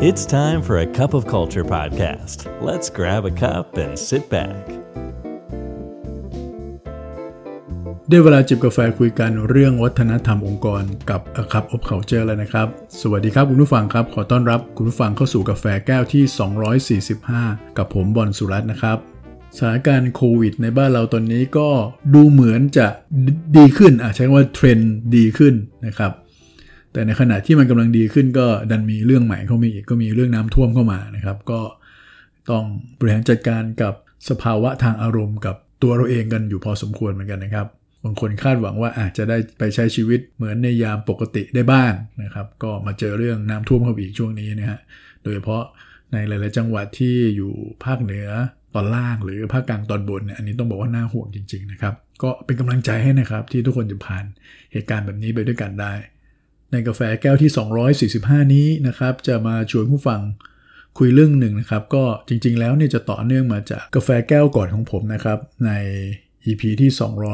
It's time for a cup of culture podcast. Let's grab a cup and sit back. ได้เวลาจิบกาแฟคุยกันเรื่องวัฒนธรรมองค์กรกับ A Cup of Culture แล้วนะครับสวัสดีครับคุณผู้ฟังครับขอต้อนรับคุณผู้ฟังเข้าสู่กาแฟแก้วที่245กับผมบอลสุรัตน์นะครับสถานการณ์โควิดในบ้านเราตอนนี้ก็ดูเหมือนจะดีขึ้นใช้คำว่าเทรนด์ดีขึ้นนะครับแต่ในขณะที่มันกำลังดีขึ้นก็ดันมีเรื่องใหม่เข้ามาอีกก็มีเรื่องน้ำท่วมเข้ามานะครับก็ต้องบริหารจัดการกับสภาวะทางอารมณ์กับตัวเราเองกันอยู่พอสมควรเหมือนกันนะครับบางคนคาดหวังว่าอาจจะได้ไปใช้ชีวิตเหมือนในยามปกติได้บ้างนะครับก็มาเจอเรื่องน้ำท่วมเข้าอีกช่วงนี้นะฮะโดยเฉพาะในหลายๆจังหวัดที่อยู่ภาคเหนือตอนล่างหรือภาคกลางตอนบนเนี่ยอันนี้ต้องบอกว่าน่าห่วงจริงๆนะครับก็เป็นกำลังใจให้นะครับที่ทุกคนจะผ่านเหตุการณ์แบบนี้ไปด้วยกันได้ในกาแฟแก้วที่245นี้นะครับจะมาชวนผู้ฟังคุยเรื่องหนึ่งนะครับก็จริงๆแล้วเนี่ยจะต่อเนื่องมาจากกาแฟแก้วก่อนของผมนะครับใน EP ที่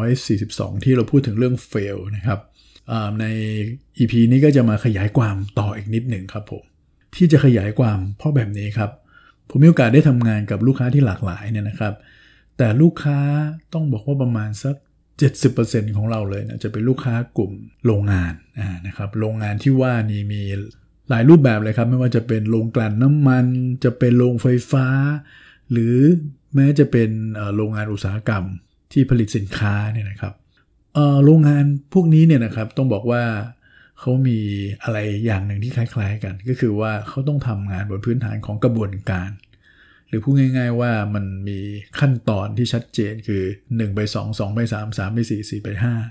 242ที่เราพูดถึงเรื่อง fail นะครับใน EP นี้ก็จะมาขยายความต่ออีกนิดหนึ่งครับผมที่จะขยายความเพราะแบบนี้ครับผมมีโอกาสได้ทำงานกับลูกค้าที่หลากหลายเนี่ยนะครับแต่ลูกค้าต้องบอกว่าประมาณสัก 70% ของเราเลยนะจะเป็นลูกค้ากลุ่มโรงงานนะครับโรงงานที่ว่านี่มีหลายรูปแบบเลยครับไม่ว่าจะเป็นโรงกลั่นน้ำมันจะเป็นโรงไฟฟ้าหรือแม้จะเป็นโรงงานอุตสาหกรรมที่ผลิตสินค้าเนี่ยนะครับโรงงานพวกนี้เนี่ยนะครับต้องบอกว่าเขามีอะไรอย่างหนึ่งที่คล้ายๆกันก็คือว่าเขาต้องทำงานบนพื้นฐานของกระบวนการหรือพูดง่ายๆว่ามันมีขั้นตอนที่ชัดเจนคือ1ไป2 2ไป3 3ไป4 4ไป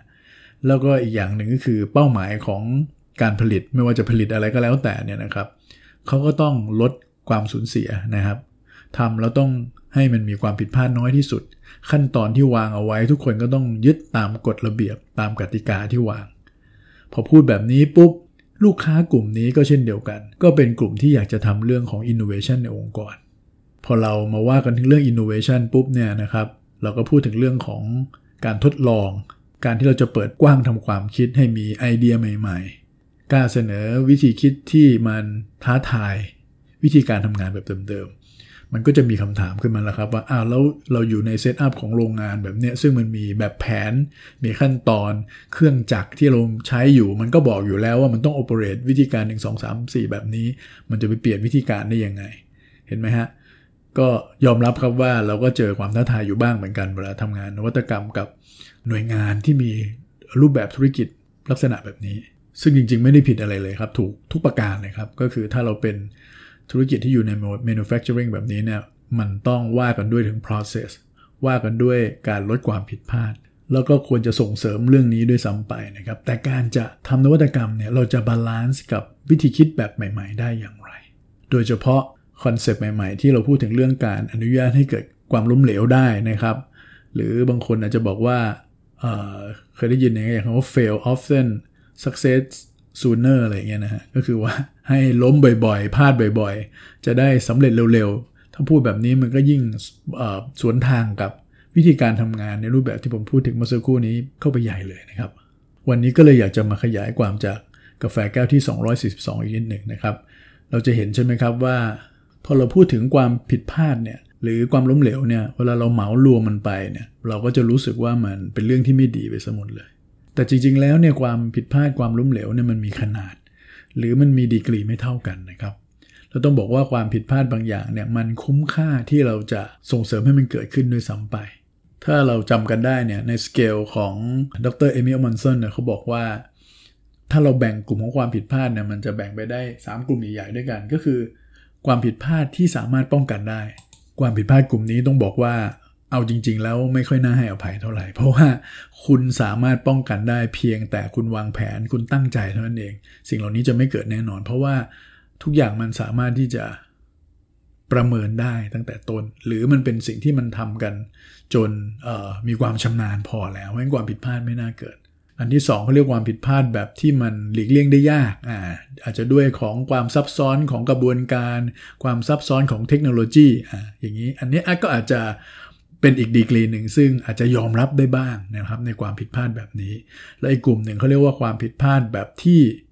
5แล้วก็อีกอย่างหนึ่งก็คือเป้าหมายของการผลิตไม่ว่าจะผลิตอะไรก็แล้วแต่เนี่ยนะครับเขาก็ต้องลดความสูญเสียนะครับทำแล้วต้องให้มันมีความผิดพลาดน้อยที่สุดขั้นตอนที่วางเอาไว้ทุกคนก็ต้องยึดตามกฎระเบียบตามกติกาที่วางพอพูดแบบนี้ปุ๊บลูกค้ากลุ่มนี้ก็เช่นเดียวกันก็เป็นกลุ่มที่อยากจะทำเรื่องของ innovation ในองค์กรพอเรามาว่ากันถึงเรื่อง innovation ปุ๊บเนี่ยนะครับเราก็พูดถึงเรื่องของการทดลองการที่เราจะเปิดกว้างทำความคิดให้มีไอเดียใหม่ๆกล้าเสนอวิธีคิดที่มันท้าทายวิธีการทำงานแบบเดิมๆมันก็จะมีคำถามขึ้นมาแล้วครับว่าแล้วเราอยู่ในเซตอัพของโรงงานแบบเนี้ยซึ่งมันมีแบบแผนมีขั้นตอนเครื่องจักรที่เราใช้อยู่มันก็บอกอยู่แล้วว่ามันต้องโอเปเรตวิธีการ1 2 3 4แบบนี้มันจะไปเปลี่ยนวิธีการได้ยังไงเห็นไหมฮะก็ยอมรับครับว่าเราก็เจอความท้าทายอยู่บ้างเหมือนกันเวลาทำงานนวัตกรรมกับหน่วยงานที่มีรูปแบบธุรกิจลักษณะแบบนี้ซึ่งจริงๆไม่ได้ผิดอะไรเลยครับถูกทุกประการเลยครับก็คือถ้าเราเป็นธุรกิจที่อยู่ใน manufacturing แบบนี้เนี่ยมันต้องว่ากันด้วยถึง process ว่ากันด้วยการลดความผิดพลาดแล้วก็ควรจะส่งเสริมเรื่องนี้ด้วยซ้ำไปนะครับแต่การจะทำนวัตกรรมเนี่ยเราจะบาลานซ์กับวิธีคิดแบบใหม่ๆได้อย่างไรโดยเฉพาะคอนเซปต์ใหม่ๆที่เราพูดถึงเรื่องการอนุญาตให้เกิดความล้มเหลวได้นะครับหรือบางคนอาจจะบอกว่าเคยได้ยินอย่างคำว่า fail often success sooner อะไรอย่างเงี้ยนะฮะก็คือว่าให้ล้มบ่อยๆพลาดบ่อยๆจะได้สำเร็จเร็วๆถ้าพูดแบบนี้มันก็ยิ่งสวนทางกับวิธีการทำงานในรูปแบบที่ผมพูดถึงเมื่อสักครู่นี้เข้าไปใหญ่เลยนะครับวันนี้ก็เลยอยากจะมาขยายความจากกาแฟแก้วที่242อีกนิดหนึ่งนะครับเราจะเห็นใช่ไหมครับว่าพอเราพูดถึงความผิดพลาดเนี่ยหรือความล้มเหลวเนี่ยเวลาเราเหมารวมมันไปเนี่ยเราก็จะรู้สึกว่ามันเป็นเรื่องที่ไม่ดีไปซะหมดเลยแต่จริงๆแล้วเนี่ยความผิดพลาดความล้มเหลวเนี่ยมันมีขนาดหรือมันมีดีกรีไม่เท่ากันนะครับเราต้องบอกว่าความผิดพลาดบางอย่างเนี่ยมันคุ้มค่าที่เราจะส่งเสริมให้มันเกิดขึ้นด้วยซ้ำไปถ้าเราจำกันได้เนี่ยในสเกลของดร. เอมิล มันสันเนี่ยเขาบอกว่าถ้าเราแบ่งกลุ่มของความผิดพลาดเนี่ยมันจะแบ่งไปได้3กลุ่มใหญ่ๆด้วยกันก็คือความผิดพลาดที่สามารถป้องกันได้ความผิดพลาดกลุ่มนี้ต้องบอกว่าเอาจริงๆแล้วไม่ค่อยน่าให้อภัยเท่าไหร่เพราะว่าคุณสามารถป้องกันได้เพียงแต่คุณวางแผนคุณตั้งใจเท่านั้นเองสิ่งเหล่านี้จะไม่เกิดแน่นอนเพราะว่าทุกอย่างมันสามารถที่จะประเมินได้ตั้งแต่ต้นหรือมันเป็นสิ่งที่มันทำกันจนมีความชำนาญพอแล้วเพราะฉะนั้นความผิดพลาดไม่น่าเกิดอันที่2เขาเรียกความผิดพลาดแบบที่มันหลีกเลี่ยงได้ยากอาจจะด้วยของความซับซ้อนของกระบวนการความซับซ้อนของเทคโนโลยีอย่างนี้อันนี้ก็อาจจะเป็นอีกดีกรีหนึ่งซึ่งอาจจะยอมรับได้บ้างนะครับในความผิดพลาดแบบนี้และอีกกลุ่มหนึ่งเขาเรียกว่าความผิดพลาดแบบที่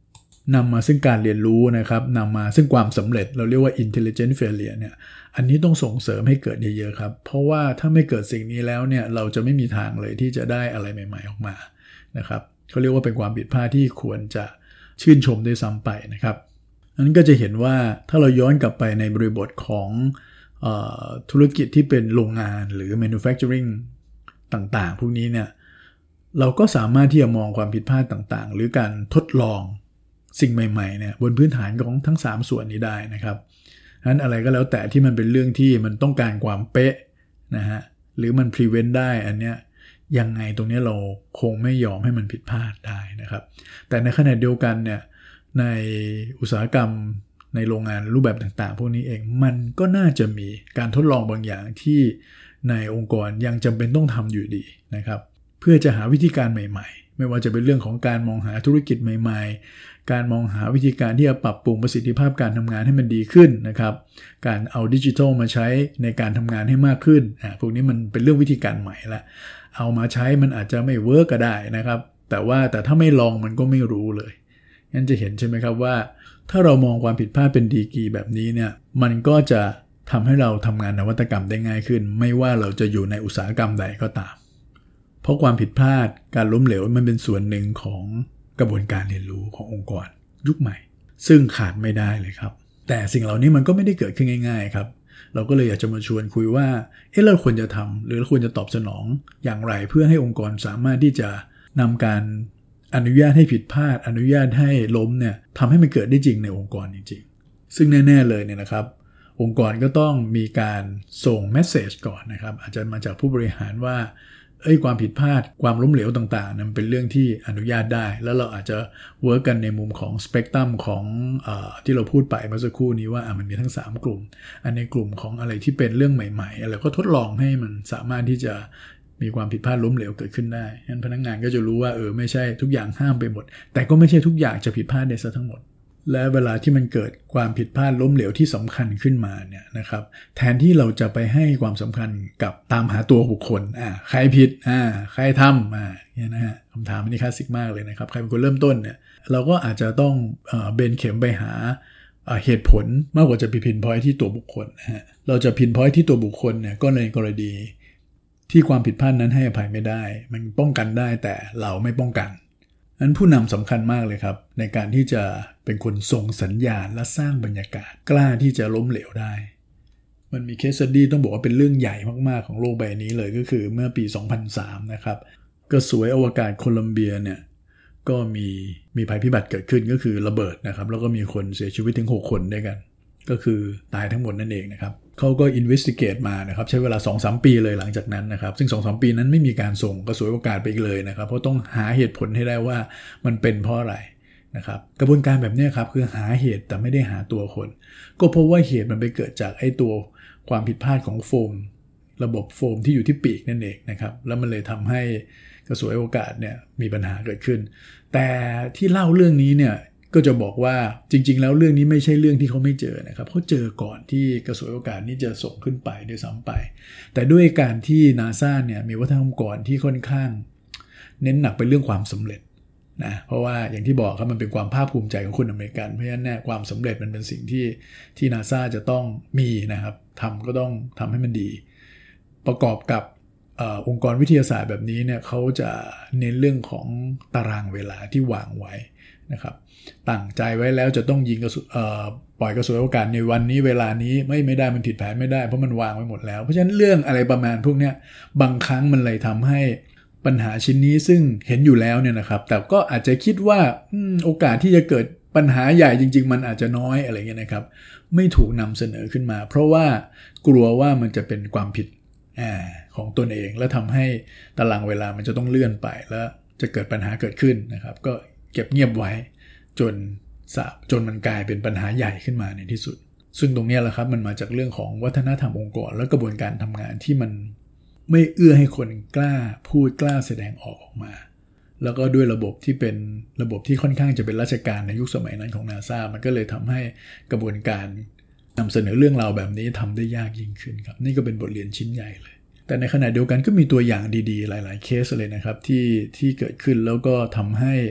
นำมาซึ่งการเรียนรู้นะครับนำมาซึ่งความสำเร็จเราเรียกว่า intelligent failure เนี่ยอันนี้ต้องส่งเสริมให้เกิดเยอะๆครับเพราะว่าถ้าไม่เกิดสิ่งนี้แล้วเนี่ยเราจะไม่มีทางเลยที่จะได้อะไรใหม่ๆออกมานะครับเขาเรียกว่าเป็นความผิดพลาดที่ควรจะชื่นชมด้วยซ้ำไปนะครับนั้นก็จะเห็นว่าถ้าเราย้อนกลับไปในบริบทของธุรกิจที่เป็นโรงงานหรือ manufacturing ต่างๆพวกนี้เนี่ยเราก็สามารถที่จะมองความผิดพลาดต่างๆหรือการทดลองสิ่งใหม่ๆเนี่ยบนพื้นฐานของทั้ง3ส่วนนี้ได้นะครับนั้นอะไรก็แล้วแต่ที่มันเป็นเรื่องที่มันต้องการความเป๊ะนะฮะหรือมัน prevent ได้อันเนี้ยยังไงตรงนี้เราคงไม่ยอมให้มันผิดพลาดได้นะครับแต่ในขณะเดียวกันเนี่ยในอุตสาหกรรมในโรงงานรูปแบบต่างๆพวกนี้เองมันก็น่าจะมีการทดลองบางอย่างที่ในองค์กรยังจำเป็นต้องทำอยู่ดีนะครับเพื่อจะหาวิธีการใหม่ๆไม่ว่าจะเป็นเรื่องของการมองหาธุรกิจใหม่ๆการมองหาวิธีการที่จะปรับปรุงประสิทธิภาพการทำงานให้มันดีขึ้นนะครับการเอาดิจิทัลมาใช้ในการทำงานให้มากขึ้นพวกนี้มันเป็นเรื่องวิธีการใหม่ละเอามาใช้มันอาจจะไม่เวิร์กก็ได้นะครับแต่ถ้าไม่ลองมันก็ไม่รู้เลยงั้นจะเห็นใช่ไหมครับว่าถ้าเรามองความผิดพลาดเป็นดีกรีแบบนี้เนี่ยมันก็จะทำให้เราทำงานนวัตกรรมได้ง่ายขึ้นไม่ว่าเราจะอยู่ในอุตสาหกรรมใดก็ตามเพราะความผิดพลาดการล้มเหลวมันเป็นส่วนหนึ่งของกระบวนการเรียนรู้ขององค์กรยุคใหม่ซึ่งขาดไม่ได้เลยครับแต่สิ่งเหล่านี้มันก็ไม่ได้เกิดขึ้นง่ายๆครับเราก็เลยอยากจะมาชวนคุยว่าเราควรจะทำหรือควรจะตอบสนองอย่างไรเพื่อให้องค์กรสามารถที่จะนำการอนุญาตให้ผิดพลาดอนุญาตให้ล้มเนี่ยทำให้มันเกิดได้จริงในองค์กรจริงๆซึ่งแน่ๆเลยเนี่ยนะครับองค์กรก็ต้องมีการส่งเมสเสจก่อนนะครับอาจจะมาจากผู้บริหารว่าความผิดพลาดความล้มเหลวต่างๆนั้นเป็นเรื่องที่อนุญาตได้แล้วเราอาจจะเวิร์กกันในมุมของสเปกตรัมของที่เราพูดไปเมื่อสักครู่นี้ว่ามันมีทั้ง3กลุ่มอันในกลุ่มของอะไรที่เป็นเรื่องใหม่ๆแล้วก็ทดลองให้มันสามารถที่จะมีความผิดพลาดล้มเหลวเกิดขึ้นได้งั้นพนักงานก็จะรู้ว่าไม่ใช่ทุกอย่างห้ามไปหมดแต่ก็ไม่ใช่ทุกอย่างจะผิดพลาดได้ซะทั้งหมดและเวลาที่มันเกิดความผิดพลาดล้มเหลวที่สำคัญขึ้นมาเนี่ยนะครับแทนที่เราจะไปให้ความสำคัญกับตามหาตัวบุคคลใครผิดใครทำเนี่ยนะฮะคำถามนี้คลาสสิกมากเลยนะครับใครเป็นคนเริ่มต้นเนี่ยเราก็อาจจะต้องเบนเข็มไปหาเหตุผลมากกว่าจะไปพินพอยท์ที่ตัวบุคคลนะฮะเราจะพินพอยท์ที่ตัวบุคคลเนี่ยก็ในกรณีที่ความผิดพลาดนั้นให้อภัยไม่ได้มันป้องกันได้แต่เราไม่ป้องกันนั้นผู้นำสำคัญมากเลยครับในการที่จะเป็นคนส่งสัญญาณและสร้างบรรยากาศกล้าที่จะล้มเหลวได้มันมีเคสสตั๊ดดี้ต้องบอกว่าเป็นเรื่องใหญ่มากๆของโลกใบนี้เลยก็คือเมื่อปี 2003 นะครับกระสวยอวกาศโคลัมเบียเนี่ยก็มีภัยพิบัติเกิดขึ้นก็คือระเบิดนะครับแล้วก็มีคนเสียชีวิตถึง6 คนด้วยกันก็คือตายทั้งหมดนั่นเองนะครับเขาก็ investigate มานะครับใช้เวลา 2-3 ปีเลยหลังจากนั้นนะครับซึ่ง 2-3 ปีนั้นไม่มีการส่งกระสวยอวกาศไปอีกเลยนะครับเพราะต้องหาเหตุผลให้ได้ว่ามันเป็นเพราะอะไรนะครับกระบวนการแบบนี้ครับคือหาเหตุแต่ไม่ได้หาตัวคนก็เพราะว่าเหตุมันไปเกิดจากตัวความผิดพลาดของโฟมระบบโฟมที่อยู่ที่ปีกนั่นเองนะครับแล้วมันเลยทำให้กระสวยอวกาศเนี่ยมีปัญหาเกิดขึ้นแต่ที่เล่าเรื่องนี้เนี่ยก็จะบอกว่าจริงๆแล้วเรื่องนี้ไม่ใช่เรื่องที่เขาไม่เจอนะครับเขาเจอก่อนที่กระสวยอวกาศนี้จะส่งขึ้นไปด้วยซ้ำไปแต่ด้วยการที่ NASA เนี่ยมีวัฒนธรรมก่อนที่ค่อนข้างเน้นหนักไปเรื่องความสำเร็จนะเพราะว่าอย่างที่บอกครับมันเป็นความภาคภูมิใจของคนอเมริกันเพราะฉะนั้นเนี่ยความสำเร็จมันเป็นสิ่งที่ NASA จะต้องมีนะครับทำก็ต้องทำให้มันดีประกอบกับองค์กรวิทยาศาสตร์แบบนี้เนี่ยเขาจะเน้นเรื่องของตารางเวลาที่วางไว้นะครับตั้งใจไว้แล้วจะต้องยิงปล่อยกระสวยอวกาศในวันนี้เวลานี้ไม่ได้มันผิดแผนไม่ได้เพราะมันวางไว้หมดแล้วเพราะฉะนั้นเรื่องอะไรประมาณพวกนี้บางครั้งมันเลยทำให้ปัญหาชิ้นนี้ซึ่งเห็นอยู่แล้วเนี่ยนะครับแต่ก็อาจจะคิดว่าโอกาสที่จะเกิดปัญหาใหญ่จริงๆมันอาจจะน้อยอะไรเงี้ยนะครับไม่ถูกนำเสนอขึ้นมาเพราะว่ากลัวว่ามันจะเป็นความผิดของตนเองและทำให้ตารางเวลามันจะต้องเลื่อนไปแล้วจะเกิดปัญหาเกิดขึ้นนะครับก็เก็บเงียบไว้จนมันกลายเป็นปัญหาใหญ่ขึ้นมาในที่สุดซึ่งตรงนี้แหละครับมันมาจากเรื่องของวัฒนธรรมองค์กรและกระบวนการทำงานที่มันไม่เอื้อให้คนกล้าพูดกล้าแสดงออกมาแล้วก็ด้วยระบบที่เป็นระบบที่ค่อนข้างจะเป็นราชการในยุคสมัยนั้นของ NASA มันก็เลยทำให้กระบวนการนำเสนอเรื่องราวแบบนี้ทำได้ยากยิ่งขึ้นครับนี่ก็เป็นบทเรียนชิ้นใหญ่เลยแต่ในขณะเดียวกันก็มีตัวอย่างดีๆหลายๆเคสเลยนะครับที่เกิดขึ้นแล้วก็ทำให้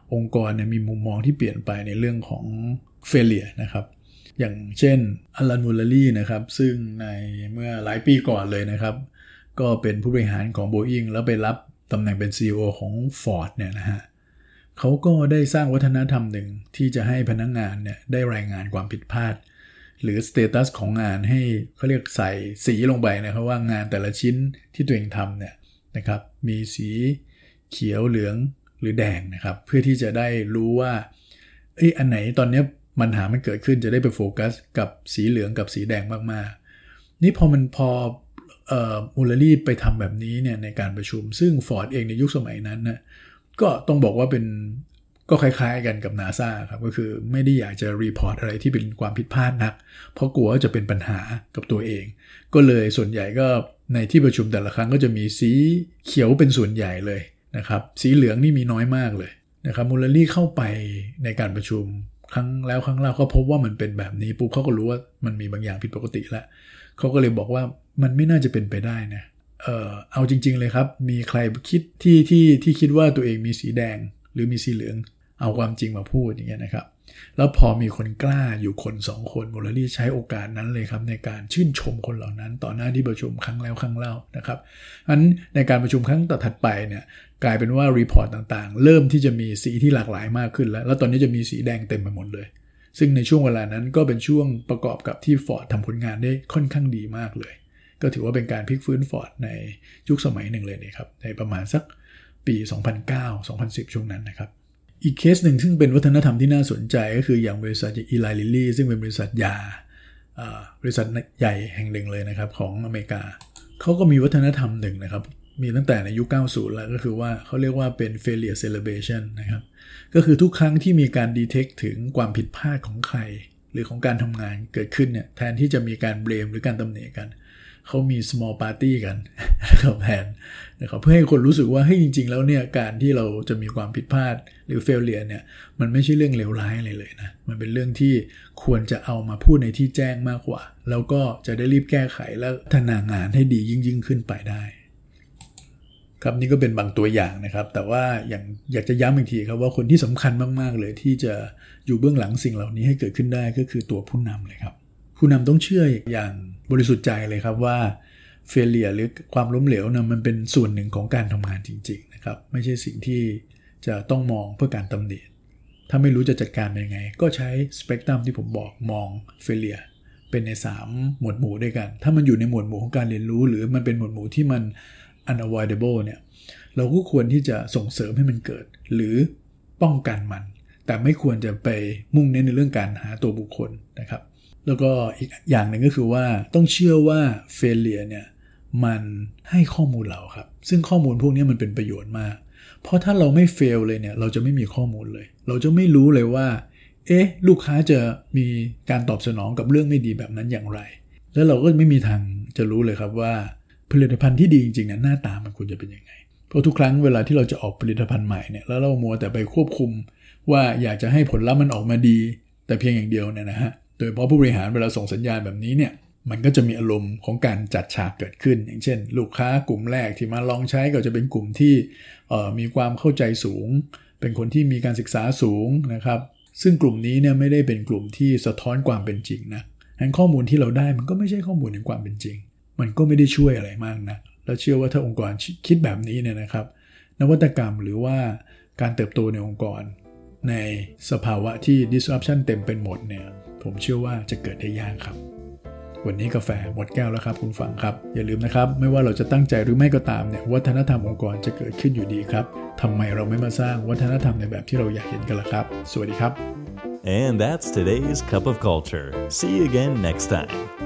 องค์กรเนี่ยมีมุมมองที่เปลี่ยนไปในเรื่องของ failure นะครับอย่างเช่นอลัน มูลเลอรี่นะครับซึ่งในเมื่อหลายปีก่อนเลยนะครับก็เป็นผู้บริหารของ Boeing แล้วไปรับตำแหน่งเป็น CEO ของ Ford เนี่ยนะฮะเขาก็ได้สร้างวัฒนธรรมหนึ่งที่จะให้พนักงานเนี่ยได้รายงานความผิดพลาดหรือสเตตัสของงานให้เขาเรียกใส่สีลงไปนะครับว่างานแต่ละชิ้นที่ตัวเองทำเนี่ยนะครับมีสีเขียวเหลืองหรือแดงนะครับเพื่อที่จะได้รู้ว่าอันไหนตอนนี้ปัญหามันเกิดขึ้นจะได้ไปโฟกัสกับสีเหลืองกับสีแดงมากๆนี่พอมูลเลอรี่ไปทำแบบนี้เนี่ยในการประชุมซึ่ง Ford เองในยุคสมัยนั้นนะก็ต้องบอกว่าเป็นก็คล้ายๆกันกับ NASA ครับก็คือไม่ได้อยากจะรีพอร์ตอะไรที่เป็นความผิดพลาดนักเพราะกลัวว่าจะเป็นปัญหากับตัวเองก็เลยส่วนใหญ่ก็ในที่ประชุมแต่ละครั้งก็จะมีสีเขียวเป็นส่วนใหญ่เลยนะครับสีเหลืองนี่มีน้อยมากเลยนะครับมูลเลอรี่เข้าไปในการประชุมครั้งแล้วครั้งเล่าก็พบว่ามันเป็นแบบนี้ปุ๊บเขาก็รู้ว่ามันมีบางอย่างผิดปกติแล้วเขาก็เลยบอกว่ามันไม่น่าจะเป็นไปได้นะเอาจริงๆเลยครับมีใครคิดที่คิดว่าตัวเองมีสีแดงหรือมีสีเหลืองเอาความจริงมาพูดอย่างเงี้ยนะครับแล้วพอมีคนกล้าอยู่คน2คนมูลเลอรี่ใช้โอกาสนั้นเลยครับในการชื่นชมคนเหล่านั้นต่อหน้าที่ประชุมครั้งแล้วครั้งเล่านะครับงั้นในการประชุมครั้งต่อถัดไปเนี่ยกลายเป็นว่ารีพอร์ตต่างๆเริ่มที่จะมีสีที่หลากหลายมากขึ้นแล้วตอนนี้จะมีสีแดงเต็มไปหมดเลยซึ่งในช่วงเวลานั้นก็เป็นช่วงประกอบกับที่ Ford ทำผลงานได้ค่อนข้างดีมากเลยก็ถือว่าเป็นการพลิกฟื้น Ford ในยุคสมัยหนึ่งเลยนะครับในประมาณสักปี 2009-2010 ช่วงนั้นนะครับอีกเคสหนึ่งซึ่งเป็นวัฒนธรรมที่น่าสนใจก็คืออย่างบริษัทอีไลลิลลี่ซึ่งเป็นบริษัทยาบริษัทใหญ่แห่งหนึ่งเลยนะครับของอเมริกาเขาก็มีวัฒนธรรมหนึ่งนะครับมีตั้งแต่ในยุค 90 แล้วก็คือว่าเขาเรียกว่าเป็น failure celebration นะครับก็คือทุกครั้งที่มีการ detect ถึงความผิดพลาดของใครหรือของการทำงานเกิดขึ้นเนี่ยแทนที่จะมีการ blame หรือการตำหนิกันเขามี small party กันนะครับแทนนะครับเพื่อให้คนรู้สึกว่าให้จริงๆแล้วเนี่ยการที่เราจะมีความผิดพลาดหรือ failure เนี่ยมันไม่ใช่เรื่องเลวร้ายอะไรเลยนะมันเป็นเรื่องที่ควรจะเอามาพูดในที่แจ้งมากกว่าแล้วก็จะได้รีบแก้ไขและพัฒนางานให้ดียิ่งขึ้นไปได้ครับนี่ก็เป็นบางตัวอย่างนะครับแต่ว่าอยากจะย้ำอีกทีครับว่าคนที่สำคัญมากๆเลยที่จะอยู่เบื้องหลังสิ่งเหล่านี้ให้เกิดขึ้นได้ก็คือตัวผู้นำเลยครับผู้นำต้องเชื่ออย่างบริสุทธิ์ใจเลยครับว่า failure หรือความล้มเหลวนะมันเป็นส่วนหนึ่งของการทำงานจริงๆนะครับไม่ใช่สิ่งที่จะต้องมองเพื่อการตำหนิถ้าไม่รู้จะจัดการยังไงก็ใช้สเปกตรัมที่ผมบอกมอง failure เป็นใน3หมวดหมู่ด้วยกันถ้ามันอยู่ในหมวดหมู่ของการเรียนรู้หรือมันเป็นหมวดหมู่ที่มัน unavoidable เนี่ยเราก็ควรที่จะส่งเสริมให้มันเกิดหรือป้องกันมันแต่ไม่ควรจะไปมุ่งเน้นในเรื่องการหาตัวบุคคลนะครับแล้วก็อีกอย่างหนึ่งก็คือว่าต้องเชื่อว่า failure เนี่ยมันให้ข้อมูลเราครับซึ่งข้อมูลพวกนี้มันเป็นประโยชน์มากเพราะถ้าเราไม่ fail เลยเนี่ยเราจะไม่มีข้อมูลเลยเราจะไม่รู้เลยว่าลูกค้าจะมีการตอบสนองกับเรื่องไม่ดีแบบนั้นอย่างไรแล้วเราก็ไม่มีทางจะรู้เลยครับว่าผลิตภัณฑ์ที่ดีจริงๆเนี่ยหน้าตามันควรจะเป็นยังไงเพราะทุกครั้งเวลาที่เราจะออกผลิตภัณฑ์ใหม่เนี่ยแล้วเรามัวแต่ไปควบคุมว่าอยากจะให้ผลลัพธ์มันออกมาดีแต่เพียงอย่างเดียวเนี่ยนะฮะโดยเฉพาะผู้บริหารเวลาส่งสัญญาณแบบนี้เนี่ยมันก็จะมีอารมณ์ของการจัดฉากเกิดขึ้นอย่างเช่นลูกค้ากลุ่มแรกที่มาลองใช้ก็จะเป็นกลุ่มที่มีความเข้าใจสูงเป็นคนที่มีการศึกษาสูงนะครับซึ่งกลุ่มนี้เนี่ยไม่ได้เป็นกลุ่มที่สะท้อนความเป็นจริงนะงั้นข้อมูลที่เราได้มันก็ไม่ใช่ข้อมูลในความเป็นจริงมันก็ไม่ได้ช่วยอะไรมากนะแล้วเชื่อว่าถ้าองค์กรคิดแบบนี้เนี่ยนะครับนวัตกรรมหรือว่าการเติบโตในองค์กรในสภาวะที่ disruption เต็มเป็นหมดเนี่ยผมเชื่อว่าจะเกิดได้ยากครับวันนี้กาแฟหมดแก้วแล้วครับคุณฟังครับอย่าลืมนะครับไม่ว่าเราจะตั้งใจหรือไม่ก็ตามเนี่ยวัฒนธรรมองค์กรจะเกิดขึ้นอยู่ดีครับทำไมเราไม่มาสร้างวัฒนธรรมในแบบที่เราอยากเห็นกันล่ะครับสวัสดีครับ And that's today's Cup of Culture. See you again next time.